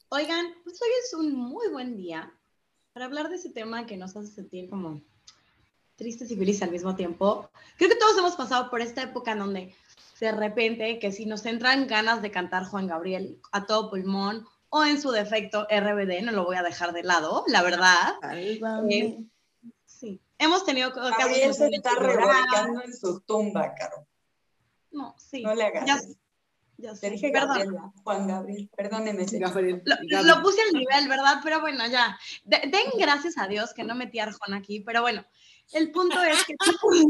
Oigan, pues hoy es un muy buen día para hablar de ese tema que nos hace sentir como tristes y felices al mismo tiempo. Creo que todos hemos pasado por esta época en donde de repente que si nos entran ganas de cantar Juan Gabriel a todo pulmón o en su defecto RBD, no lo voy a dejar de lado, la verdad. Sálvame. Sí, hemos tenido casos Gabriel se está llorar. revolcando en su tumba, Caro. No, sí. No le hagas eso. Ya Te sé, dije perdón. Gabriel, Juan Gabriel, perdóneme. Gabriel. Lo puse al nivel, ¿verdad? Pero bueno, ya. Den gracias a Dios que no metí a Arjona aquí, pero bueno, el punto es que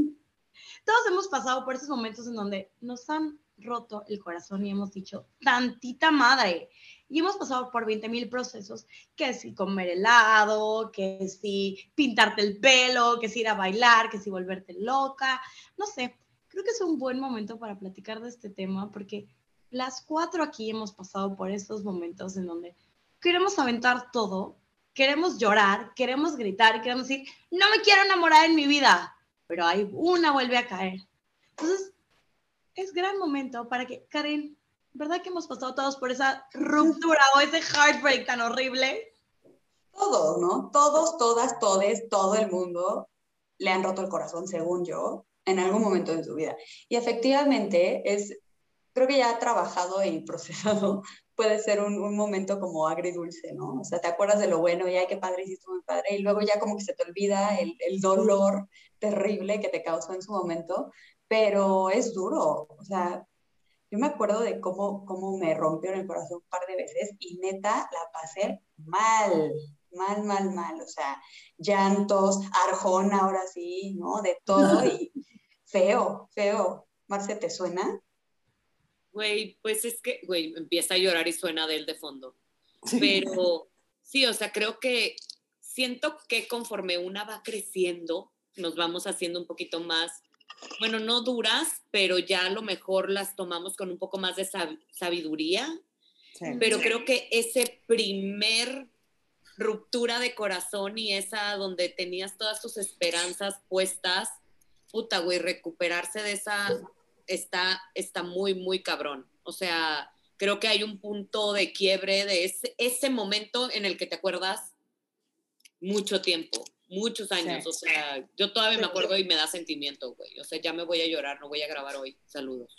todos hemos pasado por esos momentos en donde nos han roto el corazón y hemos dicho, tantita madre. Y hemos pasado por 20,000 procesos, que si comer helado, que si pintarte el pelo, que si ir a bailar, que si volverte loca, no sé. Creo que es un buen momento para platicar de este tema porque las 4 aquí hemos pasado por estos momentos en donde queremos aventar todo, queremos llorar, queremos gritar, queremos decir, no me quiero enamorar en mi vida, pero ahí una vuelve a caer. Entonces, es gran momento para que, Karen, ¿verdad que hemos pasado todos por esa ruptura o ese heartbreak tan horrible? Todos, ¿no? Todos, todas, todes, todo el mundo le han roto el corazón, según yo, en algún momento de su vida. Y efectivamente creo que ya trabajado y procesado puede ser un momento como agridulce, ¿no? O sea, te acuerdas de lo bueno y ay, qué padre, hiciste muy padre, y luego ya como que se te olvida el dolor terrible que te causó en su momento, pero es duro, o sea, yo me acuerdo de cómo me rompieron el corazón un par de veces y neta la pasé mal, mal, mal, mal. O sea, llantos, Arjona ahora sí, ¿no? De todo y feo, feo. Marce, ¿te suena? Güey, pues es que, güey, empieza a llorar y suena de él de fondo. Pero sí, o sea, creo que siento que conforme una va creciendo, nos vamos haciendo un poquito más, bueno, no duras, pero ya a lo mejor las tomamos con un poco más de sabiduría. Sí. Pero creo que ese primer ruptura de corazón y esa donde tenías todas tus esperanzas puestas, puta, güey, recuperarse de esa está muy, muy cabrón. O sea, creo que hay un punto de quiebre de ese momento en el que te acuerdas mucho tiempo, muchos años. Sí. O sea, yo todavía me acuerdo y me da sentimiento, güey. O sea, ya me voy a llorar, no voy a grabar hoy. Saludos.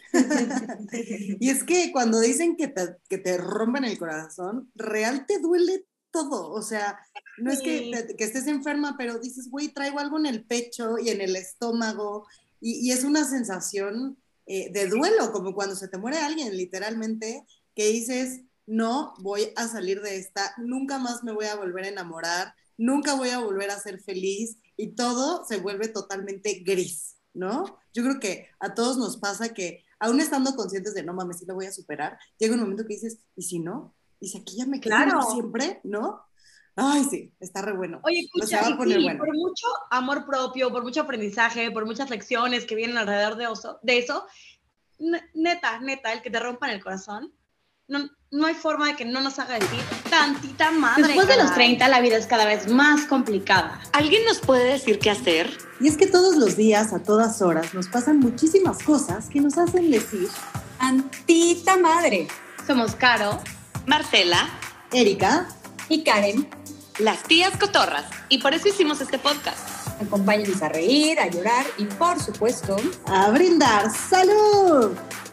Y es que cuando dicen que te rompen el corazón, real te duele todo. O sea, no es que estés enferma, pero dices, güey, traigo algo en el pecho y en el estómago. Y es una sensación de duelo, como cuando se te muere alguien, literalmente, que dices, no voy a salir de esta, nunca más me voy a volver a enamorar, nunca voy a volver a ser feliz, y todo se vuelve totalmente gris, ¿no? Yo creo que a todos nos pasa que, aún estando conscientes de, no mames, sí lo voy a superar, llega un momento que dices, ¿y si no? ¿Y si aquí ya me quedo por siempre? ¿No? Ay, sí, está re bueno. Oye, escucha, y sí, bueno, por mucho amor propio, por mucho aprendizaje, por muchas lecciones que vienen alrededor de eso, neta, el que te rompan el corazón, no hay forma de que no nos haga decir tantita madre. Después de los 30, la vida es cada vez más complicada. ¿Alguien nos puede decir qué hacer? Y es que todos los días, a todas horas, nos pasan muchísimas cosas que nos hacen decir tantita madre. Somos Caro, Marcela, Erika y Karen, las tías cotorras. Y por eso hicimos este podcast. Acompáñenos a reír, a llorar y, por supuesto, a brindar. ¡Salud!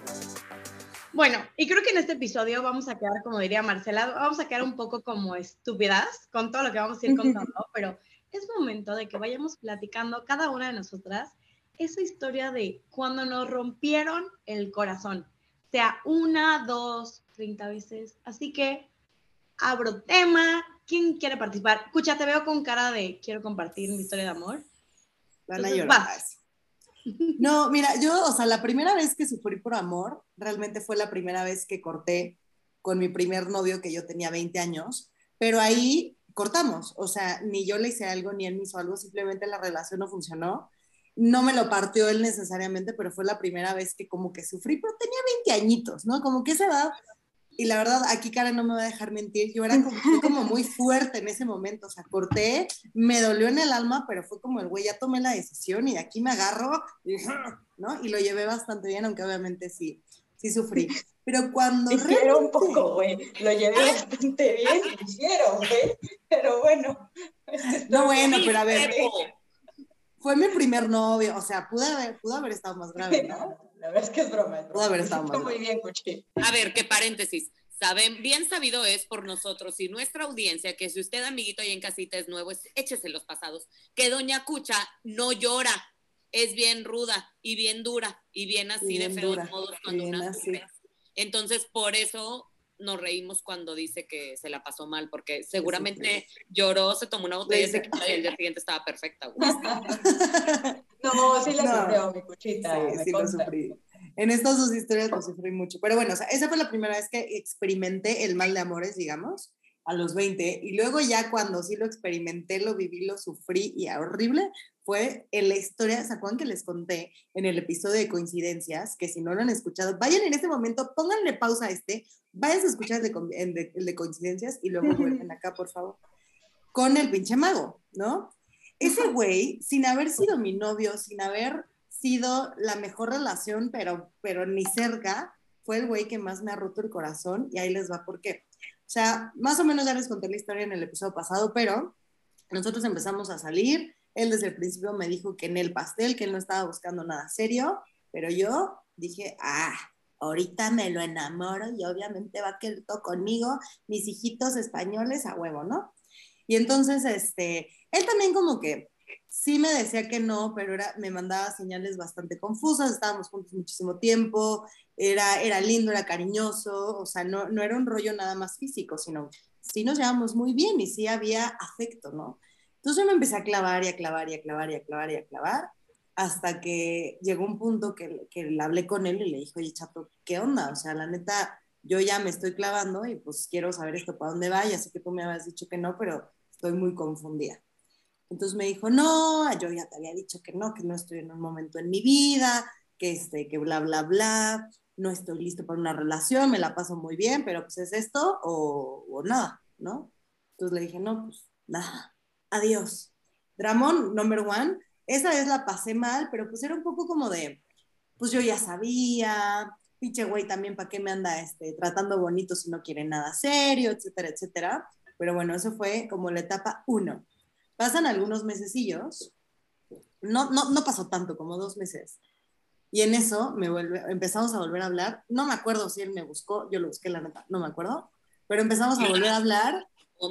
Bueno, y creo que en este episodio vamos a quedar, como diría Marcela, vamos a quedar un poco como estúpidas con todo lo que vamos a ir contando, pero es momento de que vayamos platicando cada una de nosotras esa historia de cuando nos rompieron el corazón, sea 1, 2, 30 veces. Así que abro tema. ¿Quién quiere participar? Escucha, te veo con cara de quiero compartir mi historia de amor. Van a llorar. No, mira, yo, o sea, la primera vez que sufrí por amor, realmente fue la primera vez que corté con mi primer novio, que yo tenía 20 años, pero ahí cortamos, o sea, ni yo le hice algo, ni él me hizo algo, simplemente la relación no funcionó, no me lo partió él necesariamente, pero fue la primera vez que como que sufrí, pero tenía 20 añitos, ¿no? Como que esa edad, y la verdad, aquí Karen no me va a dejar mentir, yo era como muy fuerte en ese momento, o sea, corté, me dolió en el alma, pero fue como el güey, ya tomé la decisión y de aquí me agarro, ¿no? Y lo llevé bastante bien, aunque obviamente sí sí sufrí. Pero cuando Difiero un poco, güey. Lo llevé bastante bien, difiero, güey. Pero bueno. No, bueno, pero a ver, fue mi primer novio, o sea, pudo haber estado más grave, ¿no? La verdad es que es broma, Pudo haber estado más muy grave. bien, Cuchi. A ver, qué paréntesis. Bien sabido es por nosotros y nuestra audiencia que si usted, amiguito, ahí en casita es nuevo, échese los pasados, que Doña Cucha no llora, es bien ruda y bien dura y bien así y bien de feos modos cuando una sufre. Entonces, por eso nos reímos cuando dice que se la pasó mal, porque seguramente lloró, se tomó una botella de tequila y el día siguiente estaba perfecta. Güey. No, sí la sufrió mi Cuchita. Sí, lo sufrí. En estas dos historias lo sufrí mucho. Pero bueno, o sea, esa fue la primera vez que experimenté el mal de amores, digamos, a los 20. Y luego ya cuando sí lo experimenté, lo viví, lo sufrí y horrible, fue en la historia, ¿se acuerdan que les conté en el episodio de Coincidencias? Que si no lo han escuchado, vayan en este momento, pónganle pausa a vayan a escuchar el de Coincidencias y luego vuelven acá, por favor. Con el pinche mago, ¿no? Ese güey, sin haber sido mi novio, sin haber sido la mejor relación, pero ni cerca, fue el güey que más me ha roto el corazón y ahí les va por qué. O sea, más o menos ya les conté la historia en el episodio pasado, pero nosotros empezamos a salir, él desde el principio me dijo que en el pastel, que él no estaba buscando nada serio, pero yo dije, ahorita me lo enamoro y obviamente va a querer todo conmigo, mis hijitos españoles a huevo, ¿no? Y entonces, él también como que sí me decía que no, pero me mandaba señales bastante confusas, estábamos juntos muchísimo tiempo, era lindo, era cariñoso, o sea, no era un rollo nada más físico, sino sí nos llevamos muy bien y sí había afecto, ¿no? Entonces yo me empecé a clavar y a clavar y a clavar y a clavar y a clavar, hasta que llegó un punto que le hablé con él y le dije, oye, Chato, ¿qué onda? O sea, la neta, yo ya me estoy clavando y pues quiero saber esto para dónde va, ya sé que tú me habías dicho que no, pero estoy muy confundida. Entonces me dijo, no, yo ya te había dicho que no estoy en un momento en mi vida, que bla, bla, bla, no estoy listo para una relación, me la paso muy bien, pero pues es esto o nada, ¿no? Entonces le dije, no, pues nada, adiós. Dramón, number one, esa vez la pasé mal, pero pues era un poco como de, pues yo ya sabía, pinche güey también, ¿para qué me anda tratando bonito si no quiere nada serio, etcétera, etcétera? Pero bueno, eso fue como la etapa 1. Pasan algunos mesecillos, no pasó tanto, como 2 meses, y en eso empezamos a volver a hablar, no me acuerdo si él me buscó, yo lo busqué la neta, no me acuerdo, pero empezamos a volver a hablar,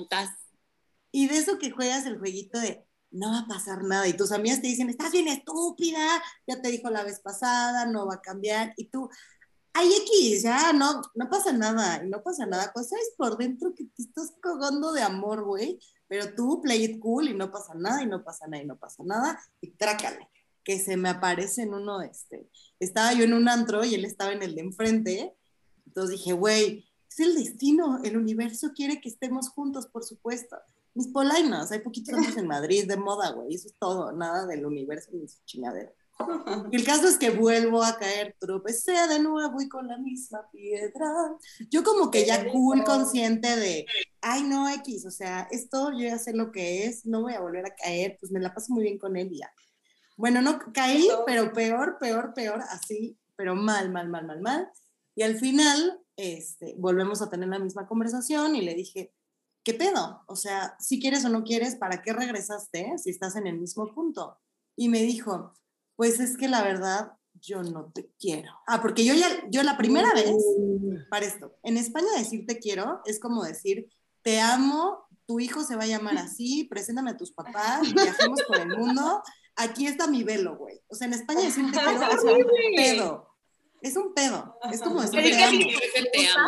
y de eso que juegas el jueguito de no va a pasar nada, y tus amigas te dicen, estás bien estúpida, ya te dijo la vez pasada, no va a cambiar, y tú, ay, X, ya, no pasa nada, y no pasa nada, pues sabes por dentro que te estás cagando de amor, güey, pero tú play it cool y no pasa nada, y no pasa nada, y no pasa nada, y trácale, que se me aparece en uno, estaba yo en un antro y él estaba en el de enfrente, entonces dije, güey, es el destino, el universo quiere que estemos juntos, por supuesto. Mis polainas, hay poquitos antros en Madrid de moda, güey, eso es todo, nada del universo ni su chingadera. Y el caso es que vuelvo a caer, tropecé de nuevo y con la misma piedra. Yo como que ya cool, consciente de, ay no, X, o sea, esto yo ya sé lo que es, no voy a volver a caer, pues me la paso muy bien con él y ya. Bueno, no caí, pero peor, así, pero mal. Y al final, volvemos a tener la misma conversación y le dije, ¿qué pedo? O sea, si quieres o no quieres, ¿para qué regresaste si estás en el mismo punto? Y me dijo, pues es que la verdad, yo no te quiero. Porque yo la primera vez, para esto, en España decir te quiero es como decir, te amo, tu hijo se va a llamar así, preséntame a tus papás, viajemos por el mundo, aquí está mi velo, güey. O sea, en España decir te quiero es un pedo. Es un pedo. Es como decir te amo. Te amo.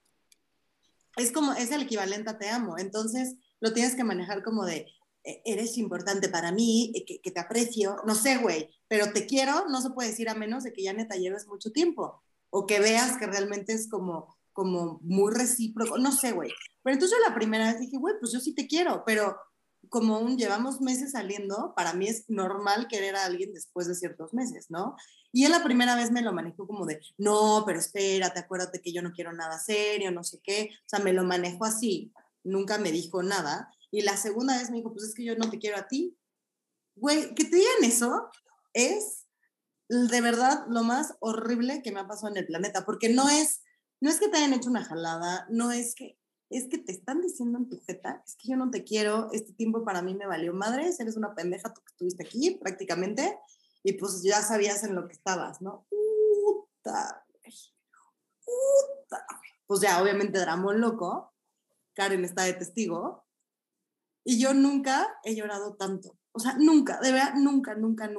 Es el equivalente a te amo. Entonces, lo tienes que manejar como de, eres importante para mí, que te aprecio, no sé, güey, pero te quiero, no se puede decir a menos de que ya neta lleves mucho tiempo, o que veas que realmente es como muy recíproco, no sé, güey. Pero entonces yo la primera vez dije, güey, pues yo sí te quiero, pero como llevamos meses saliendo, para mí es normal querer a alguien después de ciertos meses, ¿no? Y él la primera vez me lo manejó como de, no, pero espérate, acuérdate que yo no quiero nada serio, no sé qué, o sea, me lo manejó así, nunca me dijo nada, y la segunda vez me dijo, pues es que yo no te quiero a ti. Güey, que te digan eso es de verdad lo más horrible que me ha pasado en el planeta, porque no es que te hayan hecho una jalada, no es que te están diciendo en tu jeta, es que yo no te quiero, este tiempo para mí me valió madres, eres una pendeja tú que estuviste aquí prácticamente, y pues ya sabías en lo que estabas, ¿no? Puta. Pues ya, obviamente Dramón loco, Karen está de testigo, y yo nunca he llorado tanto, o sea, nunca, de verdad, nunca,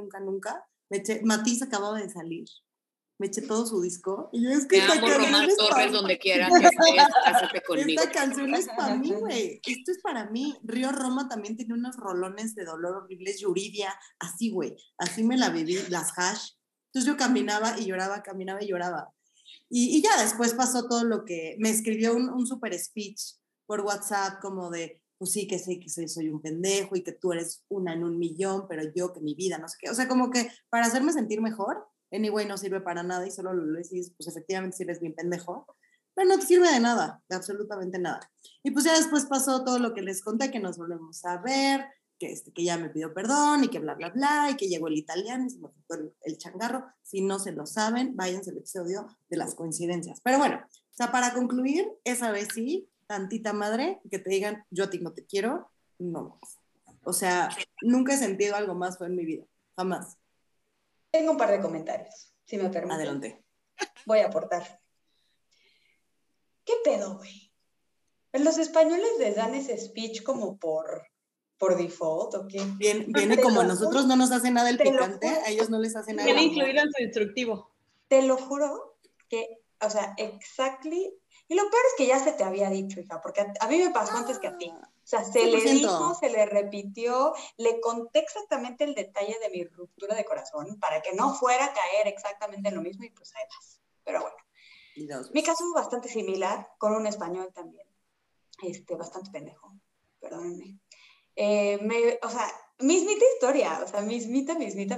Matiz acababa de salir, me eché todo su disco, y yo es que te amo, Román Torres, donde quiera que estés, cásate conmigo. Esta canción es para mí, güey, esto es para mí. Río Roma también tiene unos rolones de dolor horribles, Yuridia, así, güey, así me la viví, las hash, entonces yo caminaba y lloraba, y ya después pasó todo lo que, me escribió un super speech por WhatsApp como de, pues sí, que soy un pendejo y que tú eres una en un millón, pero yo que mi vida, no sé qué. O sea, como que para hacerme sentir mejor, anyway, no sirve para nada y solo lo decís, pues efectivamente si eres bien pendejo, pero no te sirve de nada, de absolutamente nada. Y pues ya después pasó todo lo que les conté, que nos volvemos a ver, que ya me pidió perdón y que bla, bla, bla, y que llegó el italiano y se me quitó el changarro. Si no se lo saben, váyanse al episodio de las coincidencias. Pero bueno, o sea, para concluir, esa vez sí, tantita madre, que te digan, yo a ti no te quiero, no. O sea, nunca he sentido algo más feo en mi vida, jamás. Tengo un par de comentarios, si me permiten. Adelante. Voy a aportar. ¿Qué pedo, güey? ¿Los españoles les dan ese speech como por default o qué? Viene como a nosotros no nos hace nada el picante, a ellos no les hace nada. Viene incluido en su instructivo. Te lo juro que, o sea, exactly. Y lo peor es que ya se te había dicho, hija, porque a mí me pasó antes que a ti. O sea, se 100%. Le dijo, se le repitió, le conté exactamente el detalle de mi ruptura de corazón para que no fuera a caer exactamente en lo mismo y pues ahí vas. Pero bueno. Mi caso es bastante similar, con un español también. Bastante pendejo, perdónenme. O sea, mismita historia, o sea, mismita,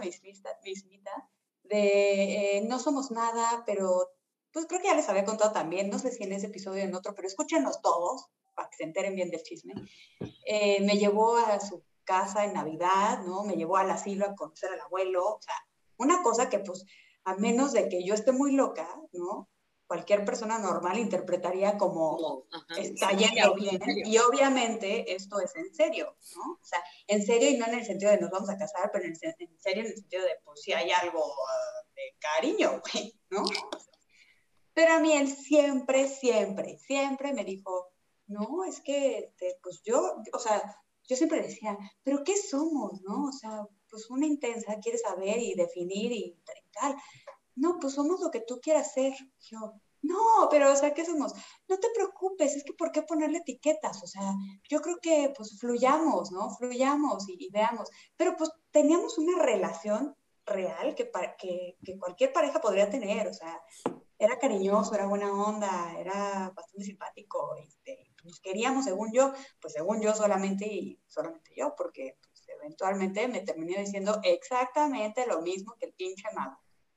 de no somos nada, pero pues creo que ya les había contado también, no sé si en ese episodio o en otro, pero escúchenos todos, para que se enteren bien del chisme. Me llevó a su casa en Navidad, ¿no? Me llevó al asilo a conocer al abuelo, o sea, una cosa que pues, a menos de que yo esté muy loca, ¿no? Cualquier persona normal interpretaría como está yendo bien, y obviamente esto es en serio, ¿no? O sea, en serio y no en el sentido de nos vamos a casar, pero en serio en el sentido de, pues, si hay algo de cariño, güey, ¿no? Pero a mí él siempre me dijo, no, es que, pues yo, o sea, yo siempre decía, ¿pero qué somos, no? O sea, pues una intensa quiere saber y definir y tal. No, pues somos lo que tú quieras ser. Yo, no, pero, o sea, ¿qué somos? No te preocupes, es que ¿por qué ponerle etiquetas? O sea, yo creo que, pues, fluyamos, ¿no? Fluyamos y veamos. Pero, pues, teníamos una relación real que cualquier pareja podría tener, o sea, era cariñoso, era buena onda, era bastante simpático, nos queríamos, según yo solamente y solamente yo, porque pues, eventualmente me terminé diciendo exactamente lo mismo que el pinche mago.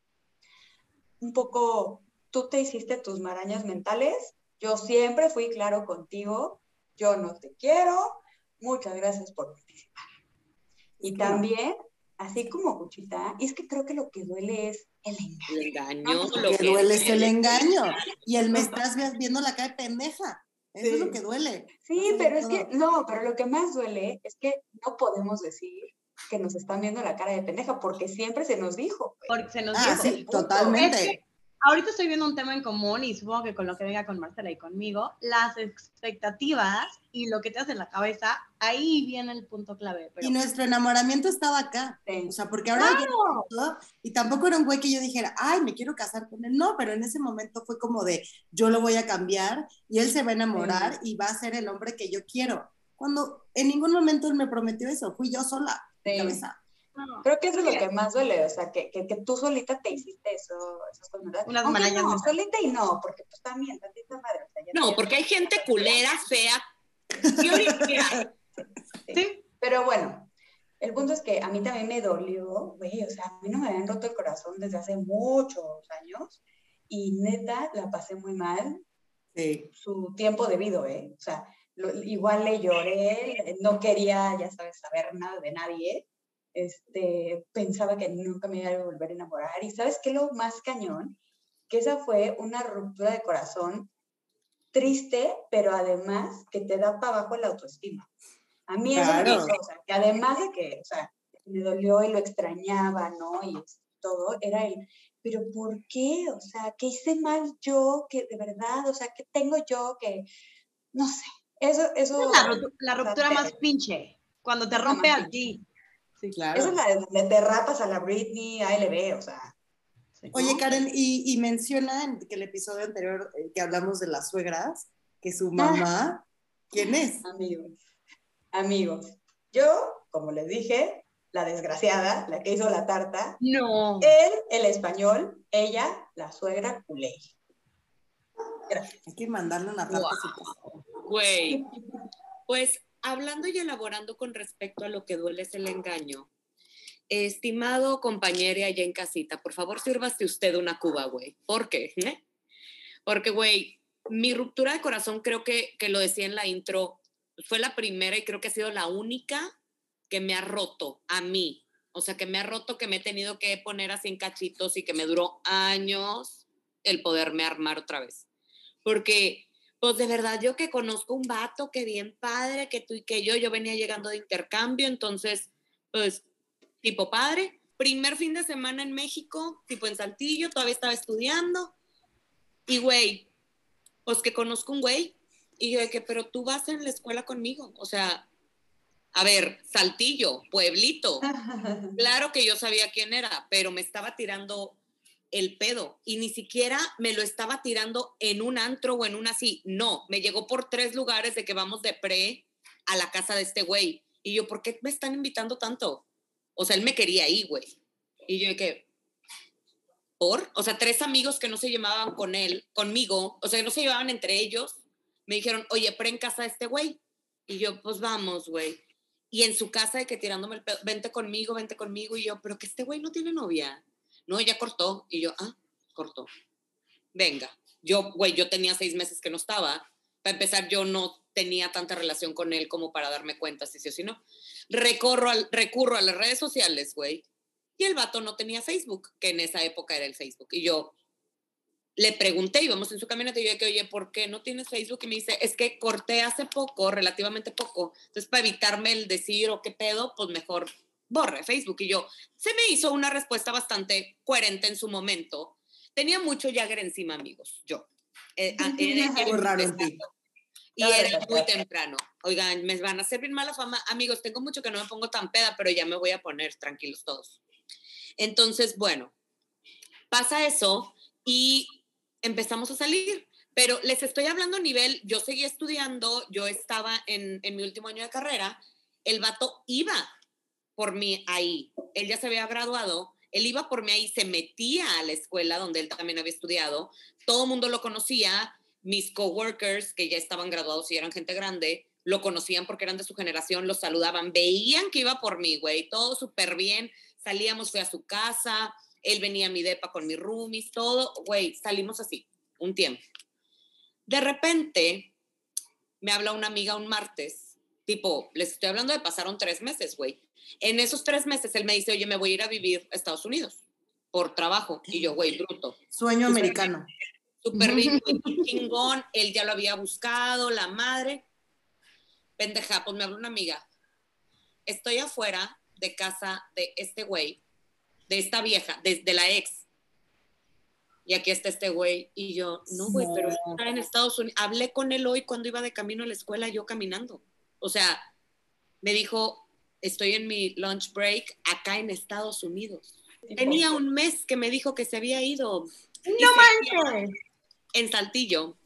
Un poco, tú te hiciste tus marañas mentales, yo siempre fui claro contigo, yo no te quiero, muchas gracias por participar. Y también, así como Cuchita, es que creo que lo que duele es el engaño. Lo que duele es el engaño. Y el me estás viendo la cara de pendeja. Eso es lo que duele. Sí, pero es que, no, pero lo que más duele es que no podemos decir que nos están viendo la cara de pendeja, porque siempre se nos dijo. Porque se nos dijo. Sí, totalmente. Es que ahorita estoy viendo un tema en común y supongo que con lo que venga con Marcela y conmigo, las expectativas y lo que te hace en la cabeza, ahí viene el punto clave. Pero... Y nuestro enamoramiento estaba acá. O sea, porque ahora ¡claro! Y tampoco era un güey que yo dijera, ay, me quiero casar con él. No, pero en ese momento fue como de, yo lo voy a cambiar y él se va a enamorar y va a ser el hombre que yo quiero. Cuando en ningún momento él me prometió eso, fui yo sola, mi cabeza. No, creo que eso es lo que más duele, o sea, que tú solita te hiciste esas cosas. Unas marañas no, solita y no, porque pues también, tantita madre. O sea, no, porque hay gente culera, fea. Sí. Pero bueno, el punto es que a mí también me dolió, güey, o sea, a mí no me habían roto el corazón desde hace muchos años y neta la pasé muy mal. Sí. Su tiempo debido, o sea, igual le lloré, no quería, ya sabes, saber nada de nadie. pensaba que nunca me iba a volver a enamorar. Y ¿sabes qué es lo más cañón? Que esa fue una ruptura de corazón triste, pero además que te da para abajo la autoestima. A mí eso me pasó, o sea, que además de que, o sea, me dolió y lo extrañaba, ¿no? Y todo, era pero ¿por qué? O sea, ¿qué hice mal yo? Que de verdad, o sea, ¿qué tengo yo que, no sé, eso Es la ruptura más pinche, cuando te rompe a ti. Sí, claro. Esa es la de donde te rapas a la Britney, ALB, o sea. Sí. Oye, Karen, y menciona en que el episodio anterior que hablamos de las suegras, que su mamá, ¿quién es? Amigos. Yo, como les dije, la desgraciada, la que hizo la tarta. No. Él, el español, ella, la suegra culé. Gracias. Hay que mandarle una tarta a su casa. Güey, pues hablando y elaborando con respecto a lo que duele es el engaño. Estimado compañero allá en casita, por favor, sírvase usted una cuba, güey. ¿Por qué? Porque, güey, mi ruptura de corazón, creo que lo decía en la intro, fue la primera y creo que ha sido la única que me ha roto a mí. O sea, que me ha roto, que me he tenido que poner así en cachitos y que me duró años el poderme armar otra vez. Porque, pues de verdad, yo que conozco un vato que bien padre, que tú y que yo venía llegando de intercambio, entonces, pues, tipo padre, primer fin de semana en México, tipo en Saltillo, todavía estaba estudiando, y güey, pues que conozco un güey, y yo de que, pero tú vas en la escuela conmigo, o sea, a ver, Saltillo, pueblito, claro que yo sabía quién era, pero me estaba tirando el pedo, y ni siquiera me lo estaba tirando en un antro o en un así, no, me llegó por 3 lugares de que vamos de pre a la casa de este güey, y yo, ¿por qué me están invitando tanto? O sea, él me quería ahí, güey. Y yo de que, ¿por? O sea, 3 amigos que no se llevaban conmigo, o sea, no se llevaban entre ellos, me dijeron, oye, pre en casa de este güey. Y yo, pues vamos, güey. Y en su casa de que tirándome el pedo, vente conmigo. Y yo, pero que este güey no tiene novia. No, ya cortó. Y yo, cortó. Venga. Yo tenía 6 meses que no estaba. Para empezar, yo no tenía tanta relación con él como para darme cuenta si sí o si no. Recurro a las redes sociales, güey. Y el vato no tenía Facebook, que en esa época era el Facebook. Y yo le pregunté, íbamos en su camioneta, y yo dije, oye, ¿por qué no tienes Facebook? Y me dice, es que corté hace poco, relativamente poco. Entonces, para evitarme el decir o qué pedo, pues mejor borre Facebook. Y yo, se me hizo una respuesta bastante coherente en su momento. Tenía mucho Jagger encima, amigos, yo. Muy raro en ti. Y era muy temprano. Oigan, me van a hacer bien mala fama. Amigos, tengo mucho que no me pongo tan peda, pero ya me voy a poner tranquilos todos. Entonces, bueno, pasa eso y empezamos a salir. Pero les estoy hablando a nivel, yo seguía estudiando, yo estaba en mi último año de carrera, el vato iba por mí ahí. Él ya se había graduado, él iba por mí ahí, se metía a la escuela donde él también había estudiado, todo el mundo lo conocía, mis coworkers que ya estaban graduados y eran gente grande, lo conocían porque eran de su generación, los saludaban, veían que iba por mí, güey, todo súper bien, salíamos, fui a su casa, él venía a mi depa con mis roomies, todo, güey, salimos así, un tiempo. De repente, me habla una amiga un martes, tipo, les estoy hablando de pasaron 3 meses, güey. En esos 3 meses él me dice, oye, me voy a ir a vivir a Estados Unidos por trabajo. Y yo, güey, bruto. Sueño americano. Súper bien, chingón. Él ya lo había buscado, la madre. Pendeja, pues me habla una amiga. Estoy afuera de casa de este güey, de esta vieja, de la ex. Y aquí está este güey. Y yo, no, güey, pero él está en Estados Unidos. Hablé con él hoy cuando iba de camino a la escuela, yo caminando. O sea, me dijo, estoy en mi lunch break acá en Estados Unidos. Tenía un mes que me dijo que se había ido. ¡No manches! En Saltillo.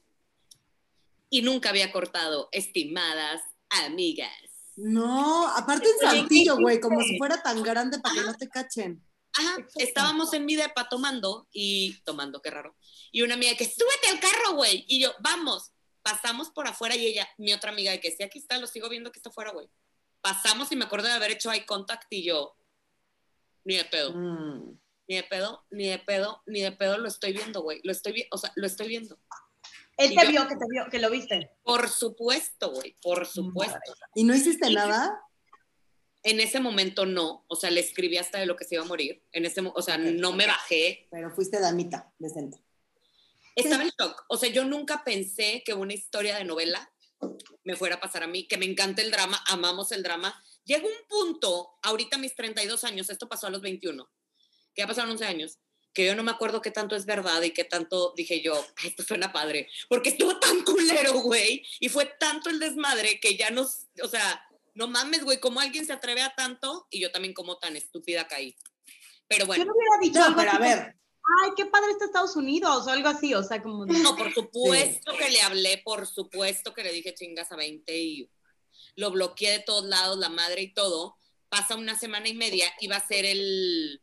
Y nunca había cortado, estimadas amigas. No, aparte en Saltillo, güey, como si fuera tan grande para que no te cachen. Ajá, estábamos en mi depa tomando, qué raro. Y una amiga que, súbete al carro, güey. Y yo, vamos. Pasamos por afuera y ella, mi otra amiga, de que sí, aquí está, lo sigo viendo que está afuera, güey. Pasamos y me acuerdo de haber hecho eye contact y yo, ni de pedo. Ni de pedo lo estoy viendo, güey. Lo estoy viendo. Él te vio, que lo viste. Por supuesto, güey, por supuesto. ¿Y no hiciste nada? En ese momento no, o sea, le escribí hasta de lo que se iba a morir. O sea, no me bajé. Pero fuiste damita, decente. Estaba en shock. O sea, yo nunca pensé que una historia de novela me fuera a pasar a mí, que me encanta el drama, amamos el drama. Llega un punto, ahorita a mis 32 años, esto pasó a los 21, que ya pasaron 11 años, que yo no me acuerdo qué tanto es verdad y qué tanto dije yo, esto suena padre, porque estuvo tan culero, güey, y fue tanto el desmadre que ya nos, o sea, no mames, güey, ¿cómo alguien se atreve a tanto? Y yo también como tan estúpida caí. Pero bueno. Yo no hubiera dicho algo pero así a ver. Ay, qué padre está Estados Unidos, o algo así, o sea, como... No, por supuesto que le hablé, por supuesto que le dije chingas a 20 y lo bloqueé de todos lados, la madre y todo. Pasa una semana y media y va a ser el...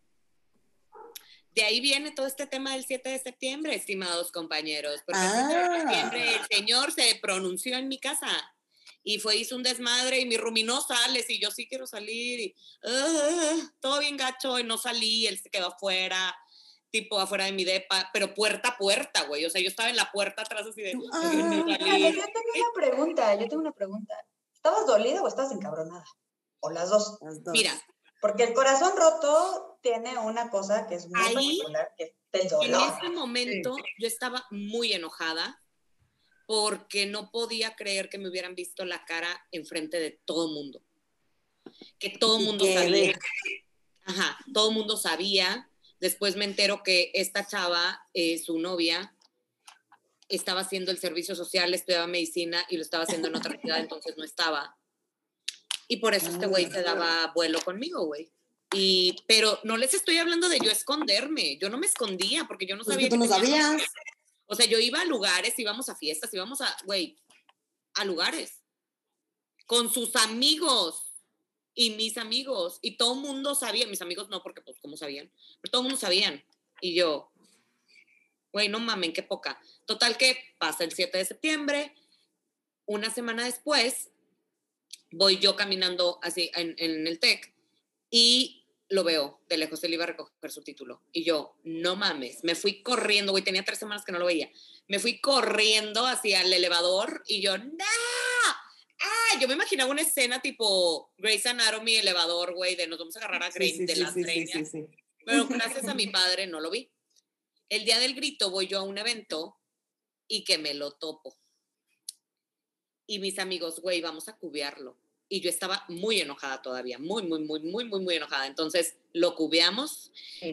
De ahí viene todo este tema del 7 de septiembre, estimados compañeros, porque el 7 de septiembre el señor se pronunció en mi casa y hizo un desmadre y mi roomie no sales y yo sí quiero salir y todo bien gacho y no salí, él se quedó afuera, tipo afuera de mi depa, pero puerta a puerta, güey, o sea, yo estaba en la puerta atrás así de... Yo tengo una pregunta. ¿Estabas dolida o estabas encabronada? ¿O las dos? Mira. Porque el corazón roto tiene una cosa que es muy particular, que es el dolor. En ese momento yo estaba muy enojada porque no podía creer que me hubieran visto la cara enfrente de todo el mundo. Que todo el mundo sabía. Ajá, todo el mundo sabía. Después me entero que esta chava, su novia, estaba haciendo el servicio social, estudiaba medicina y lo estaba haciendo en otra ciudad, entonces no estaba. Y por eso este güey se daba vuelo conmigo, güey. Pero no les estoy hablando de yo esconderme. Yo no me escondía porque yo no sabía. Pues tú no sabías. O sea, yo iba a lugares, íbamos a fiestas, íbamos a lugares. Con sus amigos y mis amigos. Y todo el mundo sabía. Mis amigos no, porque pues, ¿cómo sabían? Pero todo el mundo sabían. Y yo, güey, no mamen, qué poca. Total que pasa el 7 de septiembre. Una semana después, voy yo caminando así en el TEC y lo veo de lejos, él iba a recoger su título y yo, no mames, me fui corriendo, güey, tenía 3 semanas que no lo veía, me fui corriendo hacia el elevador y yo, ¡no! Yo me imaginaba una escena tipo Grey's Anatomy, elevador, güey, de nos vamos a agarrar a de las greñas, pero gracias a mi padre no lo vi. El día del grito voy yo a un evento y que me lo topo. Y mis amigos, güey, vamos a cubearlo. Y yo estaba muy enojada todavía, muy enojada. Entonces, lo cubeamos.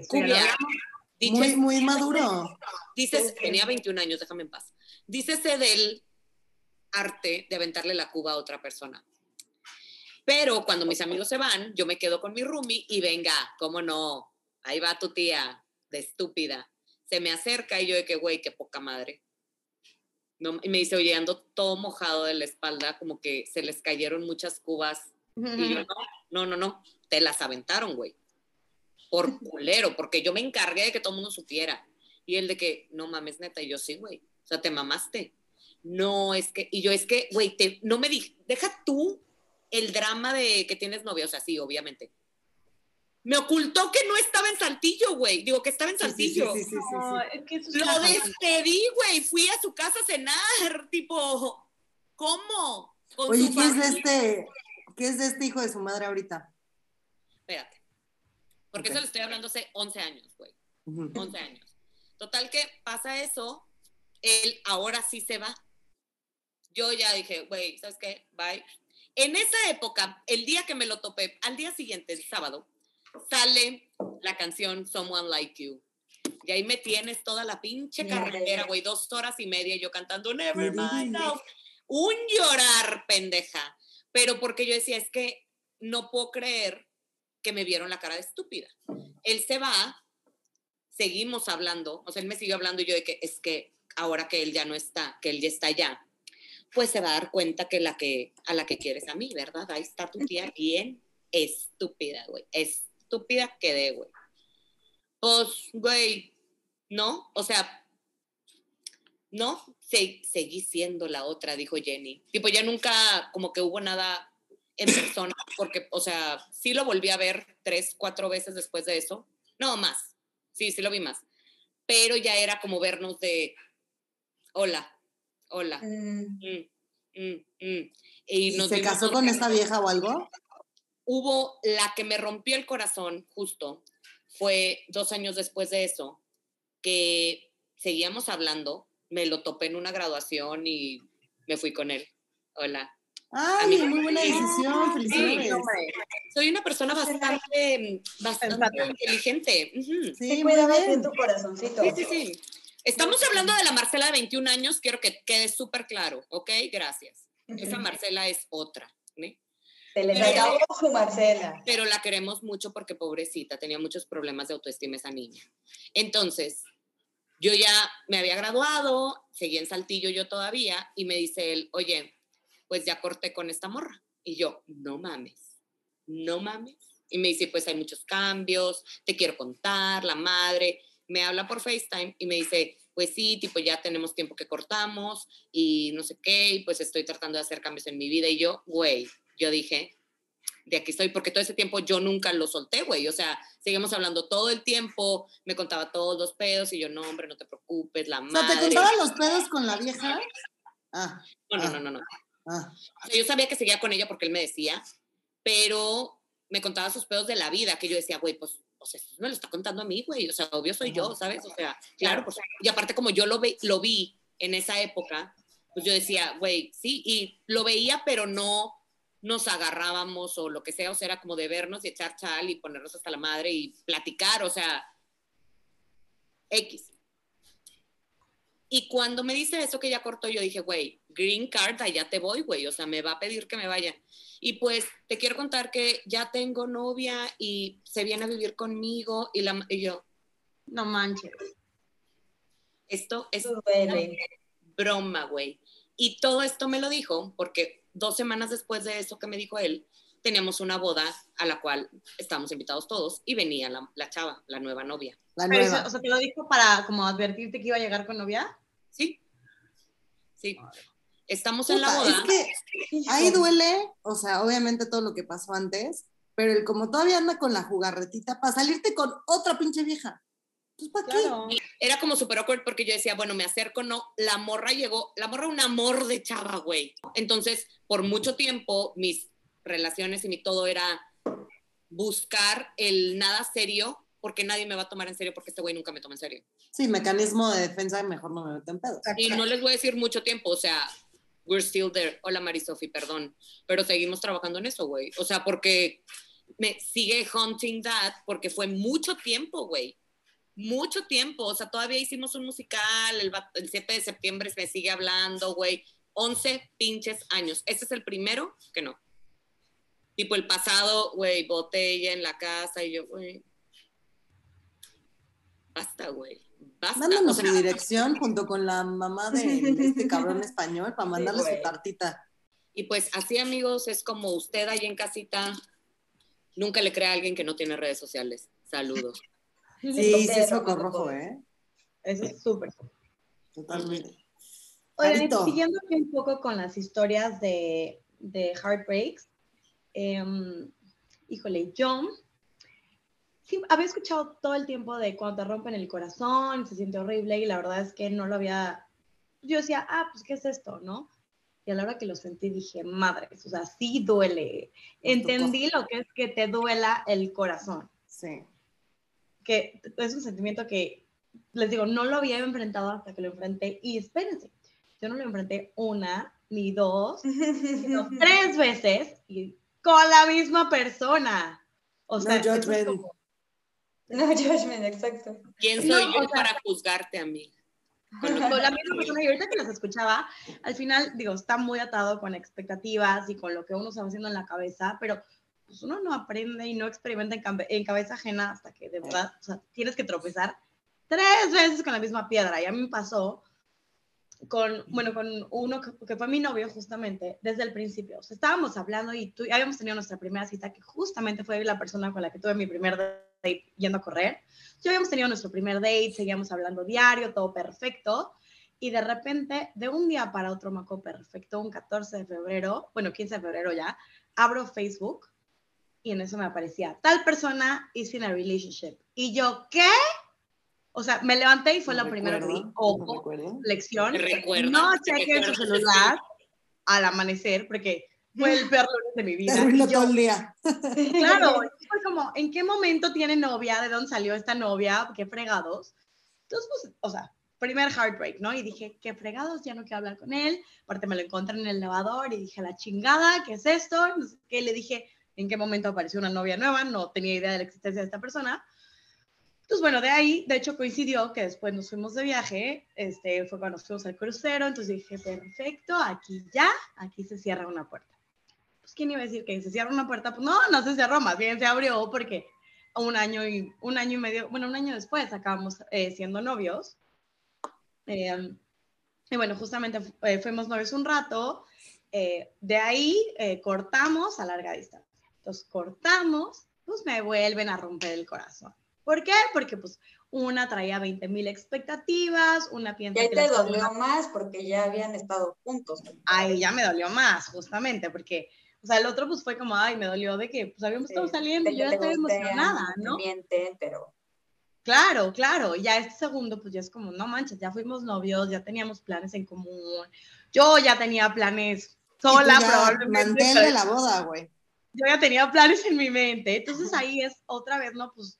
Muy maduro. Dices, tenía 21 años, déjame en paz. Dícese del arte de aventarle la cuba a otra persona. Pero cuando mis amigos se van, yo me quedo con mi roomie y venga, cómo no, ahí va tu tía, de estúpida. Se me acerca y yo de que, güey, qué poca madre. No, y me dice, oye, ando todo mojado de la espalda, como que se les cayeron muchas cubas. Y yo, no, te las aventaron, güey. Por culero, porque yo me encargué de que todo el mundo supiera. Y él de que, no mames, neta, y yo, sí, güey. O sea, te mamaste. No, es que, y yo, es que, güey, no me dije, deja tú el drama de que tienes novia, o sea, sí, obviamente. Me ocultó que no estaba en Saltillo, güey. Digo, que estaba en Saltillo. Sí. No, es que eso lo despedí, güey. Fui a su casa a cenar. Tipo, ¿cómo? Con Oye, ¿qué es de este hijo de su madre ahorita? Espérate. Porque eso le estoy hablando hace 11 años, güey. 11 años. Total que pasa eso. Él ahora sí se va. Yo ya dije, güey, ¿sabes qué? Bye. En esa época, el día que me lo topé, al día siguiente, el sábado, sale la canción Someone Like You. Y ahí me tienes toda la pinche carretera, güey, 2 horas y media yo cantando Nevermind Now. Un llorar, pendeja. Pero porque yo decía, es que no puedo creer que me vieron la cara de estúpida. Él se va, seguimos hablando, o sea, él me siguió hablando y yo de que es que ahora que él ya no está, que él ya está allá, pues se va a dar cuenta que a la que quieres a mí, ¿verdad? Ahí está tu tía bien estúpida, güey. Estúpida quedé, güey. Pues, güey, ¿no? O sea, no, seguí siendo la otra, dijo Jenny. Tipo, ya nunca como que hubo nada en persona, porque, o sea, sí lo volví a ver 3, 4 veces después de eso. No, más. Sí lo vi más. Pero ya era como vernos de, hola. ¿Y se casó con esta vieja o algo? hubo la que me rompió el corazón, justo, fue 2 años después de eso, que seguíamos hablando, me lo topé en una graduación y me fui con él. Hola. Ay, muy buena decisión, felicidades. Soy una persona bastante inteligente. Sí, cuidabas bien tu corazoncito. Sí. Estamos hablando de la Marcela de 21 años, quiero que quede súper claro, ¿ok? Gracias. Esa Marcela es otra, ¿eh? Se les acabó su Marcela. Pero la queremos mucho porque pobrecita, tenía muchos problemas de autoestima esa niña. Entonces, yo ya me había graduado, seguí en Saltillo yo todavía, y me dice él, oye, pues ya corté con esta morra. Y yo, no mames. Y me dice, pues hay muchos cambios, te quiero contar, la madre. Me habla por FaceTime y me dice, pues sí, tipo ya tenemos tiempo que cortamos y no sé qué, y pues estoy tratando de hacer cambios en mi vida. Y yo, güey, yo dije, de aquí estoy, porque todo ese tiempo yo nunca lo solté, güey. O sea, seguimos hablando todo el tiempo, me contaba todos los pedos y yo, no, hombre, no te preocupes, la madre. O sea, ¿te contaba los pedos con la vieja? No. O sea, yo sabía que seguía con ella porque él me decía, pero me contaba sus pedos de la vida, que yo decía, güey, pues, o sea, me lo está contando a mí, güey, o sea, obvio soy yo, ¿sabes? O sea, claro, pues, y aparte como yo lo vi en esa época, pues yo decía, güey, sí, y lo veía, pero no nos agarrábamos o lo que sea, o sea, era como de vernos y echar chal y ponernos hasta la madre y platicar, o sea, X. Y cuando me dice eso que ya cortó, yo dije, güey, green card, allá te voy, güey, o sea, me va a pedir que me vaya. Y pues te quiero contar que ya tengo novia y se viene a vivir conmigo y yo, no manches. Esto es broma, güey. Y todo esto me lo dijo porque 2 semanas después de eso que me dijo él, teníamos una boda a la cual estábamos invitados todos y venía la chava, la nueva novia. Pero eso, o sea, ¿te lo dijo para como advertirte que iba a llegar con novia? Sí. Estamos en la boda. Es que ahí duele, o sea, obviamente todo lo que pasó antes, pero el como todavía anda con la jugarretita para salirte con otra pinche vieja. Entonces, ¿para qué? Era como súper awkward porque yo decía, bueno, me acerco, no, la morra un amor de chava, güey. Entonces, por mucho tiempo, mis relaciones y mi todo era buscar el nada serio, porque nadie me va a tomar en serio porque este güey nunca me toma en serio. Sí, mecanismo de defensa, mejor no me meto en pedos. Y no les voy a decir mucho tiempo, o sea, we're still there. Hola, Marisofi, perdón, pero seguimos trabajando en eso, güey. O sea, porque me sigue haunting that, porque fue mucho tiempo, güey. Mucho tiempo, o sea, todavía hicimos un musical, el 7 de septiembre me sigue hablando, güey. 11 pinches años. Este es el primero que no. Tipo, el pasado, güey, botella en la casa y yo, güey. Basta, güey. Basta. Mándanos su dirección junto con la mamá de este cabrón español para mandarle su tartita. Y pues así, amigos, es como usted ahí en casita, nunca le crea a alguien que no tiene redes sociales. Saludos. Sí, es foco rojo, ¿eh? Eso es súper. Totalmente. Oigan, siguiendo un poco con las historias de Heartbreaks, híjole, yo sí, había escuchado todo el tiempo de cuando te rompen el corazón, se siente horrible, y la verdad es que no lo había, yo decía, pues, ¿qué es esto, no? Y a la hora que lo sentí dije, madres, o sea, sí duele. Entendí lo que es que te duela el corazón. Sí. Que es un sentimiento que, les digo, no lo había enfrentado hasta que lo enfrenté, y espérense, yo no lo enfrenté 1 ni 2, sino 3 veces, y con la misma persona. O sea, no judgment. No judgment, exacto. ¿Quién soy yo para juzgarte a mí? Con la misma persona, y ahorita que las escuchaba, al final, digo, está muy atado con expectativas y con lo que uno se va haciendo en la cabeza, pero pues uno no aprende y no experimenta en cabeza ajena hasta que de verdad, o sea, tienes que tropezar 3 veces con la misma piedra. Y a mí me pasó con uno que fue mi novio justamente desde el principio. O sea, estábamos hablando y habíamos tenido nuestra primera cita, que justamente fue la persona con la que tuve mi primer date yendo a correr. Ya habíamos tenido nuestro primer date, seguíamos hablando diario, todo perfecto. Y de repente, de un día para otro, me acuerdo perfecto, un 14 de febrero, bueno, 15 de febrero ya, abro Facebook y en eso me aparecía, tal persona is in a relationship. Y yo, ¿qué? O sea, me levanté y fue la primera que vi. Ojo, lección. No chequen su celular al amanecer, porque fue el peor lunes de mi vida. Te arruinó todo el día. Claro, fue como, ¿en qué momento tiene novia? ¿De dónde salió esta novia? ¿Qué fregados? Entonces, pues, o sea, primer heartbreak, ¿no? Y dije, qué fregados, ya no quiero hablar con él. Aparte me lo encontré en el lavador y dije, la chingada, ¿qué es esto? No sé qué. Le dije, ¿en qué momento apareció una novia nueva? No tenía idea de la existencia de esta persona. Entonces, bueno, de ahí, de hecho, coincidió que después nos fuimos de viaje, fue cuando nos fuimos al crucero, entonces dije, perfecto, aquí se cierra una puerta. Pues, ¿quién iba a decir que se cierra una puerta? Pues no se cerró, más bien se abrió porque un año y medio, bueno, un año después acabamos siendo novios. Y bueno, justamente fuimos novios un rato, de ahí cortamos a larga distancia. Entonces cortamos, pues me vuelven a romper el corazón. ¿Por qué? Porque pues una traía 20,000 expectativas, una piensa y ahí que te dolió más porque ya habían estado juntos. Ahí ya me dolió más, justamente, porque, o sea, el otro pues fue como, ay, me dolió de que pues habíamos estado saliendo y yo ya estaba emocionada, ¿no? Te mienten, pero... Claro, claro, ya este segundo pues ya es como, no manches, ya fuimos novios, ya teníamos planes en común, yo ya tenía planes sola, probablemente. Mantel de la boda, güey. Yo ya tenía planes en mi mente, entonces ahí es otra vez, ¿no? Pues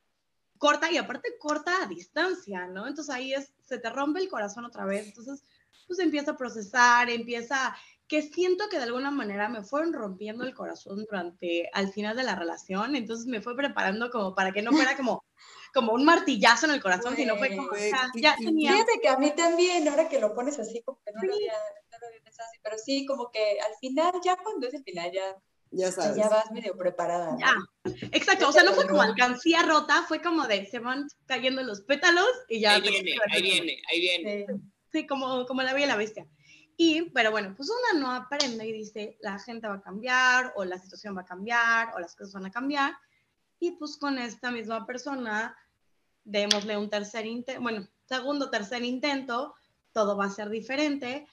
corta y aparte corta a distancia, ¿no? Entonces ahí se te rompe el corazón otra vez, entonces pues empieza a procesar, que siento que de alguna manera me fueron rompiendo el corazón al final de la relación, entonces me fue preparando como para que no fuera como un martillazo en el corazón, sino fue como, ya tenía... Fíjate que a mí también, ahora que lo pones así, como que no lo había pensado así, pero sí, como que al final, ya cuando es el final, ya sabes. Ya vas medio preparada, ¿no? Ya, exacto, o sea, no fue como alcancía rota, fue como de se van cayendo los pétalos y ya... Ahí viene. Sí, como la Bella y la Bestia. Pero bueno, pues una no aprende y dice, la gente va a cambiar, o la situación va a cambiar, o las cosas van a cambiar, y pues con esta misma persona, démosle un segundo, tercer intento, todo va a ser diferente,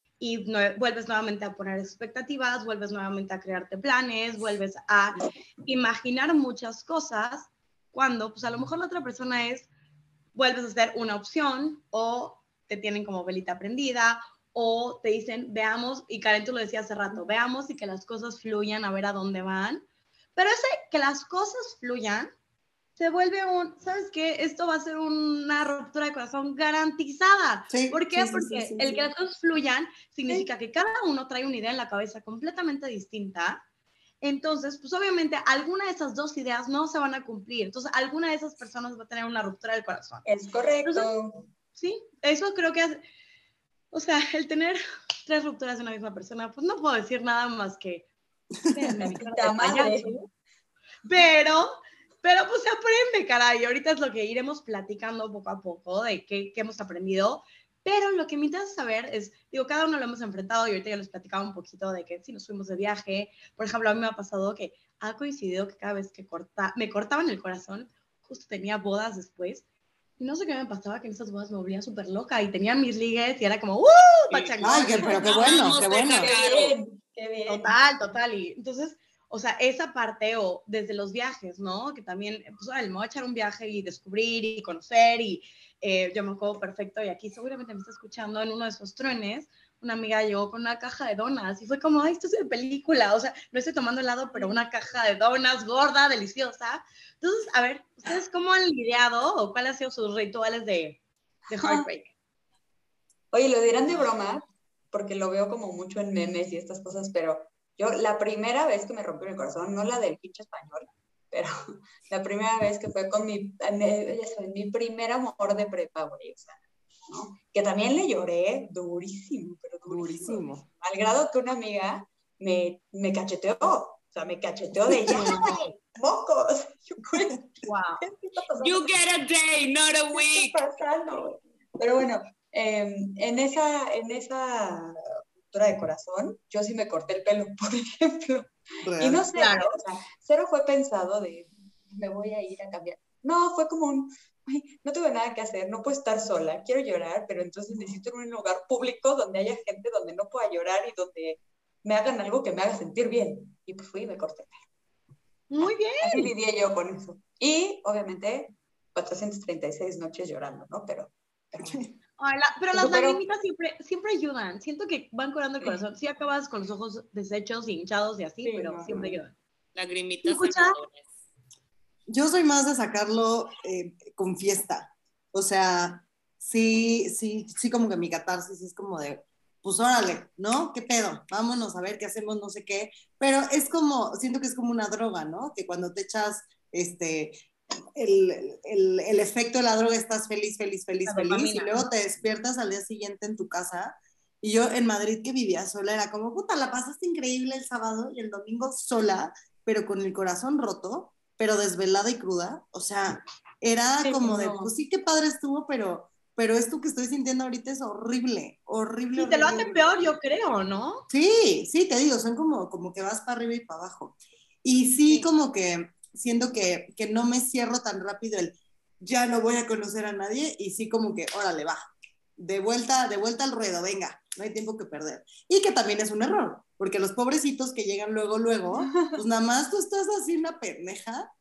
y vuelves nuevamente a poner expectativas, vuelves nuevamente a crearte planes, vuelves a imaginar muchas cosas, cuando pues a lo mejor la otra persona vuelves a hacer una opción, o te tienen como velita prendida, o te dicen, veamos, y Karen tú lo decías hace rato, veamos y que las cosas fluyan a ver a dónde van, pero que las cosas fluyan, se vuelve ¿sabes qué? Esto va a ser una ruptura de corazón garantizada. Sí, ¿Por qué? sí, Porque sí, que las cosas fluyan significa que cada uno trae una idea en la cabeza completamente distinta. Entonces, pues obviamente alguna de esas dos ideas no se van a cumplir. Entonces, alguna de esas personas va a tener una ruptura del corazón. Es correcto. Entonces, sí, eso creo que o sea, el tener 3 rupturas de una misma persona, pues no puedo decir nada más que pero pues se aprende, caray. Ahorita es lo que iremos platicando poco a poco de qué hemos aprendido. Pero lo que me interesa saber es, digo, cada uno lo hemos enfrentado y ahorita ya les platicaba un poquito de que si nos fuimos de viaje, por ejemplo, a mí me ha pasado que ha coincidido que cada vez que me cortaban el corazón, justo tenía bodas después, y no sé qué me pasaba, que en esas bodas me volvía súper loca y tenía mis ligues y era como, pachangón. Ay, pero qué bueno, qué bueno. Qué bien. Total. Y entonces, o sea, esa parte, o desde los viajes, ¿no? Que también, pues, me voy a echar un viaje y descubrir y conocer, y yo me acuerdo perfecto, y aquí seguramente me está escuchando, en uno de esos trenes, una amiga llegó con una caja de donas, y fue como, ay, esto es de película, o sea, no estoy tomando helado, pero una caja de donas gorda, deliciosa. Entonces, a ver, ¿ustedes cómo han lidiado, o cuáles han sido sus rituales de heartbreak? Oye, lo dirán de broma, porque lo veo como mucho en memes y estas cosas, pero yo la primera vez que me rompió el corazón, no la del pinche español, pero la primera vez que fue con mi primer amor de prepa, güey, o sea, ¿no? Que también le lloré durísimo, pero durísimo. Al grado que una amiga me cacheteó, o sea, me cacheteó de ya, mocos. Wow. You get a day, not a week. ¿Qué está pasando? Pero bueno, en esa ruptura de corazón, yo sí me corté el pelo, por ejemplo. Real. Y no sé, claro. O sea, cero fue pensado de, me voy a ir a cambiar. No, fue como no tuve nada que hacer, no puedo estar sola, quiero llorar, pero entonces necesito un lugar público donde haya gente donde no pueda llorar y donde me hagan algo que me haga sentir bien. Y pues fui y me corté el pelo. Muy bien. Así lidié yo con eso. Y, obviamente, 436 noches llorando, ¿no? Pero Ay, pero las Pero- lagrimitas siempre ayudan. Siento que van curando el corazón. Sí acabas con los ojos deshechos, hinchados y así, Sí, pero no, siempre no. ayudan. Lagrimitas ¿Escucha? sanadoras. Yo soy más de sacarlo con fiesta. O sea, sí, como que mi catarsis es como de, pues órale, ¿no? ¿Qué pedo? Vámonos a ver qué hacemos, no sé qué. Pero es como, siento que es como una droga, ¿no? Que cuando te echas el efecto de la droga estás feliz, feliz, feliz, La feliz. Y dopamina, luego ¿no? te despiertas al día siguiente en tu casa. Y yo en Madrid que vivía sola era como, puta, la pasaste increíble el sábado y el domingo sola, pero con el corazón roto, pero desvelada y cruda. O sea, era Sí, como de, no. pues sí, qué padre estuvo, pero esto que estoy sintiendo ahorita es horrible, horrible, Y te lo horrible, hace horrible. peor, yo creo, ¿no? Sí, te digo, son como que vas para arriba y para abajo. Y sí, como que siento que no me cierro tan rápido el ya no voy a conocer a nadie y sí como que, órale, va, de vuelta al ruedo, venga, no hay tiempo que perder. Y que también es un error, porque los pobrecitos que llegan luego, pues nada más tú estás así una pendeja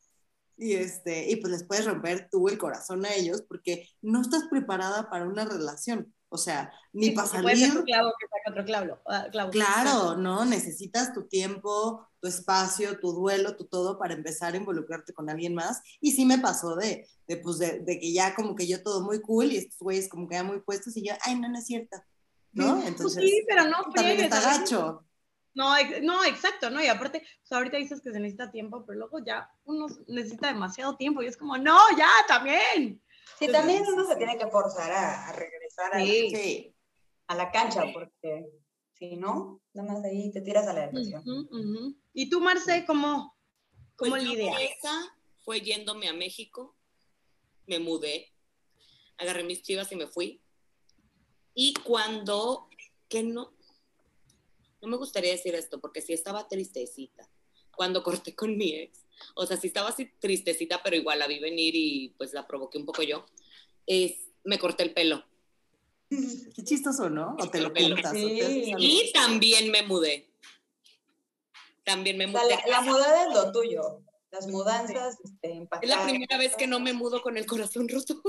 y pues les puedes romper tú el corazón a ellos porque no estás preparada para una relación. O sea, ni Sí, para porque puede ser salir. tu clavo que saca otro clavo. Claro, ¿no? Necesitas tu tiempo, tu espacio, tu duelo, tu todo para empezar a involucrarte con alguien más. Y sí me pasó de que ya como que yo todo muy cool y estos güeyes como que ya muy puestos y yo, ay, no es cierto, ¿no? Pues Entonces, sí, pero no también friegues, está a veces. gacho. No, exacto, ¿no? Y aparte, o sea, ahorita dices que se necesita tiempo, pero luego ya uno necesita demasiado tiempo y es como, no, ya, también. Sí, también uno se tiene que forzar a regresar Sí. Sí. a la cancha, porque si no, nada más ahí te tiras a la depresión. ¿Y tú, Marce, cómo Pues yo lidias? esa fue yéndome a México, me mudé, agarré mis chivas y me fui. Y cuando, que no me gustaría decir esto, porque sí estaba tristecita. Cuando corté con mi ex, o sea, sí estaba así tristecita, pero igual la vi venir y pues la provoqué un poco yo. Me corté el pelo. Qué chistoso, ¿no? O te lo Pelo. pintas, Sí. o te haces algo. Y también me mudé. También me O sea, mudé. la mudada es lo tuyo. Las mudanzas, Es la primera vez que no me mudo con el corazón roto.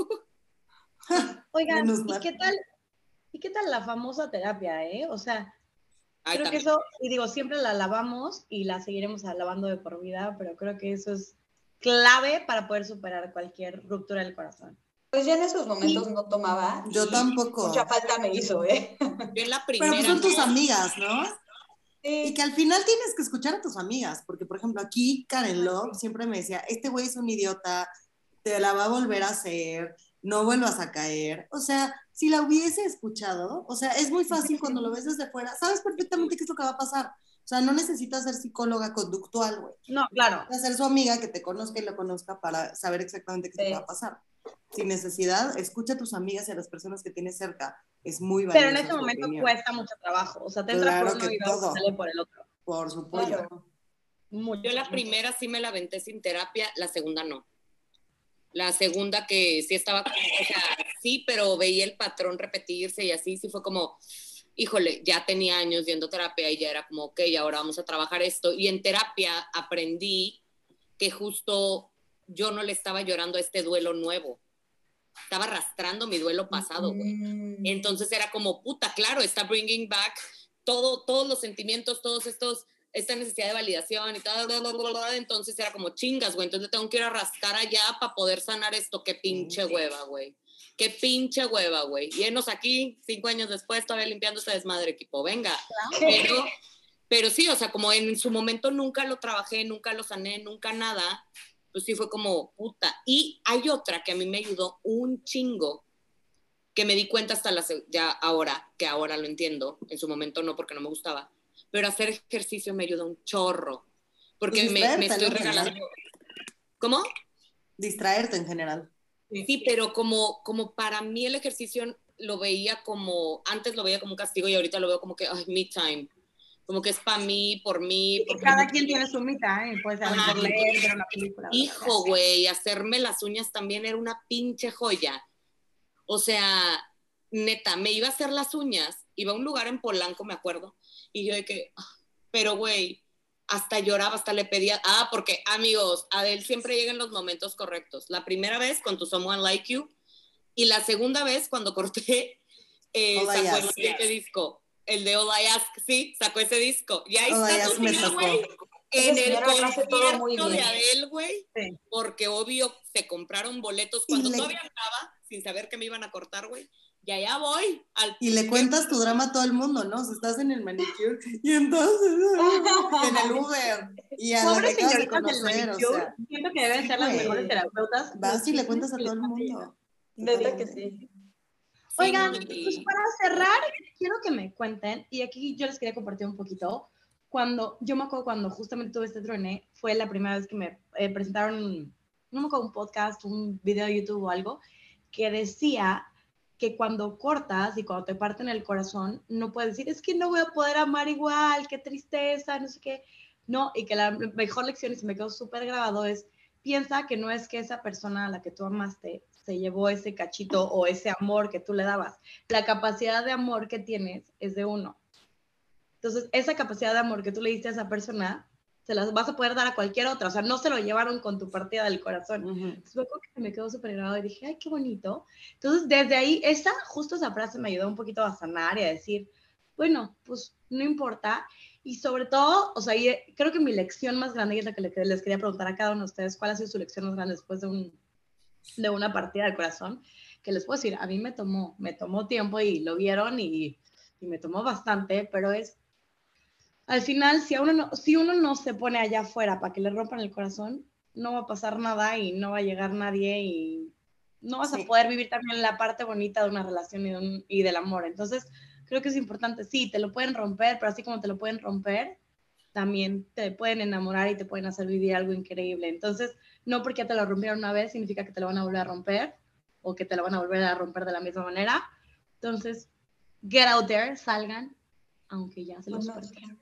Oigan, Menos ¿y mal. qué tal la famosa terapia, O sea, Ay, creo que también. eso, y digo, siempre la alabamos y la seguiremos alabando de por vida, pero creo que eso es clave para poder superar cualquier ruptura del corazón. Pues yo en esos momentos no tomaba. Yo y tampoco. Mucha falta me hizo, ¿eh? Yo en la Pero pues primera son tus no. amigas, ¿no? Y Sí. que al final tienes que escuchar a tus amigas, porque por ejemplo aquí Karen Love siempre me decía, este güey es un idiota, te la va a volver a hacer, no vuelvas a caer. O sea, si la hubiese escuchado, o sea, es muy fácil cuando lo ves desde fuera, sabes perfectamente qué es lo que va a pasar. O sea, no necesitas ser psicóloga conductual, güey. No, claro. Necesitas ser su amiga que te conozca y lo conozca para saber exactamente qué es lo que va a pasar. Sin necesidad, escucha a tus amigas y a las personas que tienes cerca. Es muy valioso. Pero en ese momento opinión. cuesta mucho trabajo. O sea, te entra Claro por uno que y luego todo. sale por el otro. Por supuesto. Claro. Mucho, Yo la primera sí me la aventé sin terapia, la segunda no. La segunda que sí estaba, o sea, sí, pero veía el patrón repetirse y así, sí fue como, híjole, ya tenía años yendo a terapia y ya era como, ok, ahora vamos a trabajar esto. Y en terapia aprendí que justo yo no le estaba llorando a este duelo nuevo. Estaba arrastrando mi duelo pasado, güey. Entonces era como, puta, claro, está bringing back todos los sentimientos, esta necesidad de validación y tal, entonces era como chingas, güey, entonces tengo que ir a rascar allá para poder sanar esto, qué pinche hueva, güey. Qué pinche hueva, güey. Y enos aquí, 5 años después, todavía limpiando este desmadre, equipo, venga. Pero sí, o sea, como en su momento nunca lo trabajé, nunca lo sané, nunca nada, pues sí fue como, puta. Y hay otra que a mí me ayudó un chingo, que me di cuenta hasta ya ahora, que ahora lo entiendo, en su momento no, porque no me gustaba, pero hacer ejercicio me ayuda un chorro, porque Pues me estoy regalando. ¿Cómo? Distraerte en general. Sí, pero como para mí el ejercicio lo veía como, antes lo veía como un castigo y ahorita lo veo como que, ay, me time. Como que es para mí, por mí. Porque cada quien tiene su mitad, puede ser por leer, ver una película. Hijo, güey, hacerme las uñas también era una pinche joya. O sea, neta, me iba a hacer las uñas, iba a un lugar en Polanco, me acuerdo, y yo de que, pero güey, hasta lloraba, hasta le pedía, porque amigos, Adele siempre llega en los momentos correctos. La primera vez con tu Someone Like You, y la segunda vez cuando corté, sacó el siguiente disco, el de All I Ask, sí, sacó ese disco. Y ahí está tu tía, güey, en el concierto de Adele, güey, sí. Porque obvio se compraron boletos cuando todavía andaba, sin saber que me iban a cortar, güey. Y allá voy. Y le cuentas tu drama a todo el mundo, ¿no? O sea, estás en el manicure y entonces en el Uber y a la que acabas de conocer, o sea. Siento que deben ser las mejores terapeutas. Vas y le cuentas a todo el mundo. Neta que sí. Oigan, pues para cerrar, quiero que me cuenten, y aquí yo les quería compartir un poquito, yo me acuerdo cuando justamente tuve este truene, fue la primera vez que me presentaron, no me acuerdo, un podcast, un video de YouTube o algo, que decía que cuando cortas y cuando te parten el corazón, no puedes decir, es que no voy a poder amar igual, qué tristeza, no sé qué. No, y que la mejor lección, y se me quedó súper grabado, es piensa que no es que esa persona a la que tú amaste se llevó ese cachito o ese amor que tú le dabas. La capacidad de amor que tienes es de uno. Entonces, esa capacidad de amor que tú le diste a esa persona, se las vas a poder dar a cualquier otra. O sea, no se lo llevaron con tu partida del corazón. Entonces, me quedó súper grabado y dije, ay, qué bonito. Entonces, desde ahí, justo esa frase me ayudó un poquito a sanar y a decir, bueno, pues no importa. Y sobre todo, o sea, creo que mi lección más grande, y es la que les quería preguntar a cada uno de ustedes, ¿cuál ha sido su lección más grande después de una partida del corazón? Que les puedo decir, a mí me tomó tiempo y lo vieron y me tomó bastante, pero al final, si uno no se pone allá afuera para que le rompan el corazón, no va a pasar nada y no va a llegar nadie y no vas a poder vivir también la parte bonita de una relación y del amor. Entonces, creo que es importante, sí, te lo pueden romper, pero así como te lo pueden romper, también te pueden enamorar y te pueden hacer vivir algo increíble. Entonces, no porque te lo rompieron una vez significa que te lo van a volver a romper o que te lo van a volver a romper de la misma manera. Entonces, get out there, salgan, aunque ya se los perdieron.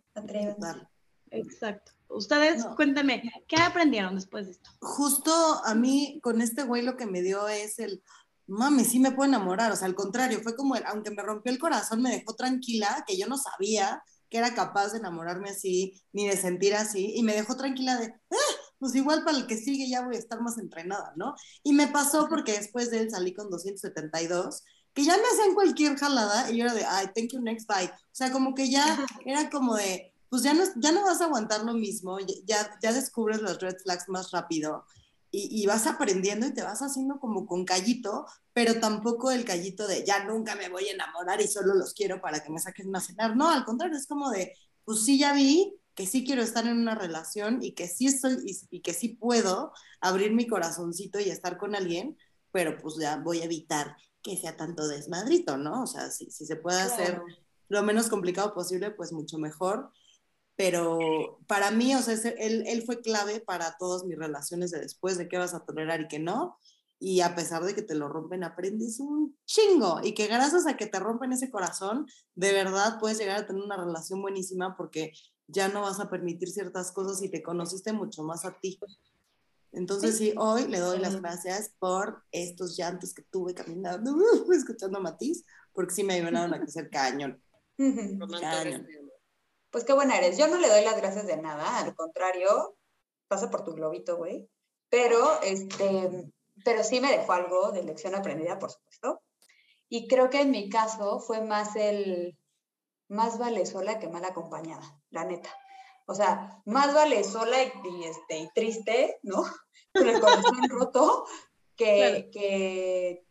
Exacto. Ustedes, cuéntame, ¿qué aprendieron después de esto? Justo a mí, con este güey, lo que me dio es mami, sí me puedo enamorar. O sea, al contrario, fue como aunque me rompió el corazón, me dejó tranquila, que yo no sabía que era capaz de enamorarme así, ni de sentir así, y me dejó tranquila de, pues igual para el que sigue ya voy a estar más entrenada, ¿no? Y me pasó porque después de él salí con 272, que ya me hacían cualquier jalada, y yo era de, ay, thank you, next bite. O sea, como que ya era como de, pues ya no vas a aguantar lo mismo, ya descubres los red flags más rápido, y vas aprendiendo y te vas haciendo como con callito, pero tampoco el callito de ya nunca me voy a enamorar y solo los quiero para que me saquen a cenar. No, al contrario, es como de, pues sí, ya vi que sí quiero estar en una relación y que sí estoy y que sí puedo abrir mi corazoncito y estar con alguien, pero pues ya voy a evitar que sea tanto desmadrito, ¿no? O sea, si se puede hacer lo menos complicado posible, pues mucho mejor. Pero para mí, o sea, él fue clave para todas mis relaciones de después, de qué vas a tolerar y qué no, y a pesar de que te lo rompen, aprendes un chingo, y que gracias a que te rompen ese corazón, de verdad puedes llegar a tener una relación buenísima porque ya no vas a permitir ciertas cosas y te conociste mucho más a ti. Entonces sí, hoy le doy las gracias por estos llantos que tuve caminando, escuchando a Matiz, porque sí me ayudaron a crecer cañón. Cañón. Pues qué buena eres. Yo no le doy las gracias de nada, al contrario, pasa por tu globito, güey. Pero sí me dejó algo de lección aprendida, por supuesto. Y creo que en mi caso fue más vale sola que mal acompañada, la neta. O sea, más vale sola y triste, ¿no? Con el corazón roto, que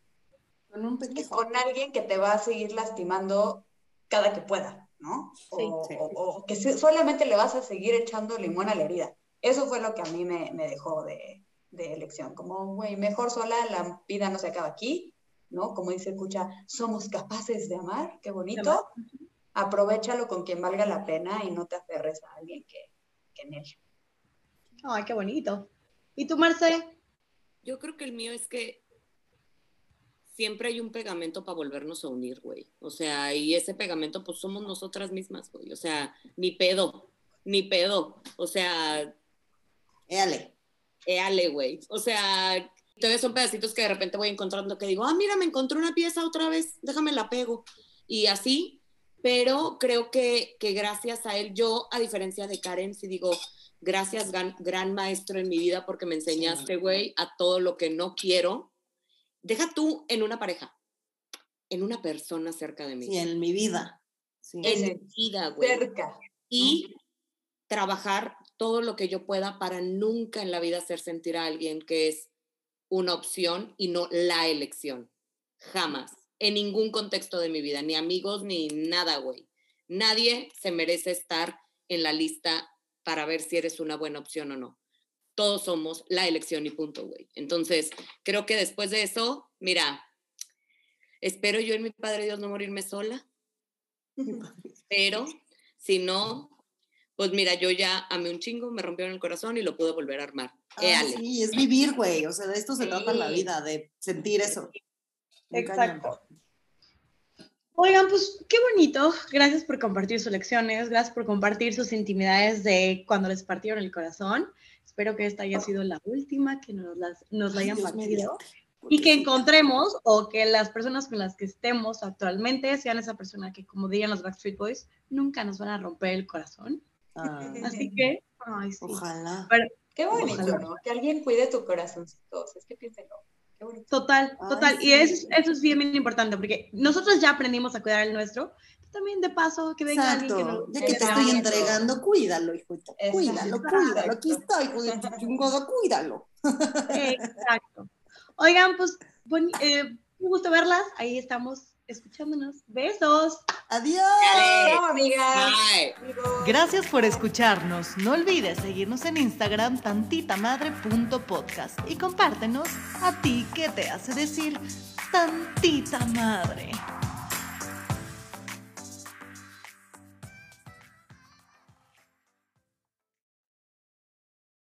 con alguien que te va a seguir lastimando cada que pueda, ¿no? O que solamente le vas a seguir echando limón a la herida. Eso fue lo que a mí me dejó de lección. Como, güey, mejor sola, la vida no se acaba aquí, ¿no? Como dice Kucha, somos capaces de amar, qué bonito. Aprovechalo con quien valga la pena y no te aferres a alguien que en él. Ay, qué bonito. ¿Y tú, Marce? Yo creo que el mío es que siempre hay un pegamento para volvernos a unir, güey. O sea, y ese pegamento, pues somos nosotras mismas, güey. O sea, ni pedo. O sea, éale, güey. O sea, todavía son pedacitos que de repente voy encontrando que digo, mira, me encontré una pieza otra vez, déjame la pego. Y así, pero creo que gracias a él, yo, a diferencia de Karen, sí digo, gracias, gran maestro en mi vida, porque me enseñaste, güey, a todo lo que no quiero. Deja tú en una pareja. en una persona cerca de mí. Sí, en mi vida. Sí. En mi vida, güey. Cerca. Y trabajar todo lo que yo pueda para nunca en la vida hacer sentir a alguien que es una opción y no la elección. Jamás. En ningún contexto de mi vida. Ni amigos, ni nada, güey. Nadie se merece estar en la lista para ver si eres una buena opción o no. Todos somos la elección y punto, güey. Entonces, creo que después de eso, mira, espero yo en mi Padre Dios no morirme sola, pero si no, pues mira, yo ya amé un chingo, me rompieron el corazón y lo pude volver a armar. Sí, es vivir, güey. O sea, de esto se trata la vida, de sentir eso. Exacto. Oigan, pues qué bonito. Gracias por compartir sus lecciones, gracias por compartir sus intimidades de cuando les partieron el corazón. Espero que esta haya sido la última, que nos la hayan partido. Y que encontremos, o que las personas con las que estemos actualmente sean esa persona que, como dirían los Backstreet Boys, nunca nos van a romper el corazón. Así que, ay, sí. Ojalá. Pero, qué bonito, ojalá. ¿no? Que alguien cuide tu corazoncito. Es que piénsenlo. Qué bonito. Total. Sí. Y eso es bien importante, porque nosotros ya aprendimos a cuidar el nuestro. También de paso, que venga alguien que nos... Ya que te estoy entregando, cuídalo, hijito. Cuídalo. Aquí estoy, chingado, cuídalo. Exacto. Oigan, pues, un gusto verlas. Ahí estamos escuchándonos. Besos. Adiós. Chao, amigas. Bye. Gracias por escucharnos. No olvides seguirnos en Instagram tantitamadre.podcast y compártenos a ti qué te hace decir tantita madre.